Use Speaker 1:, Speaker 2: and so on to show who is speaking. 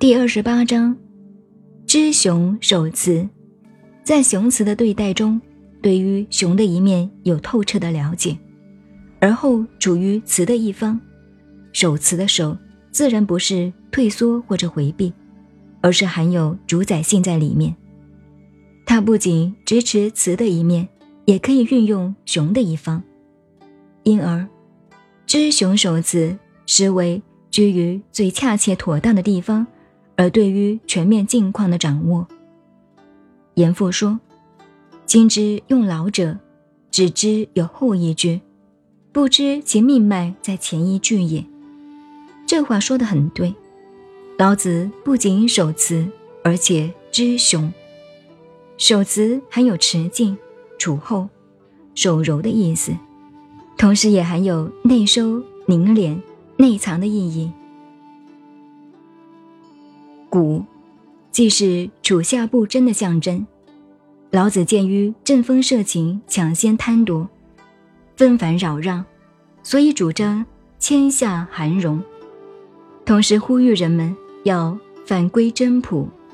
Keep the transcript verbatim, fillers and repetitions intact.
Speaker 1: 第二十八章，知雄守雌。在雄雌的对待中，对于雄的一面有透彻的了解，而后处于雌的一方，守雌的守自然不是退缩或者回避，而是含有主宰性在里面。它不仅支持雌的一面，也可以运用雄的一方。因而知雄守雌实为居于最恰切妥当的地方，而对于全面境况的掌握。严复说，今之用老者，只知有后一句，不知其命脉在前一句也。这话说得很对，老子不仅守雌，而且知雄。守雌含有持静、处后、守柔的意思，同时也含有内收、凝敛、内藏的意义。鼓既是处下不争的象征，老子鉴于振风社情抢先贪夺，纷繁扰让，所以主张谦下含容，同时呼吁人们要返归真朴，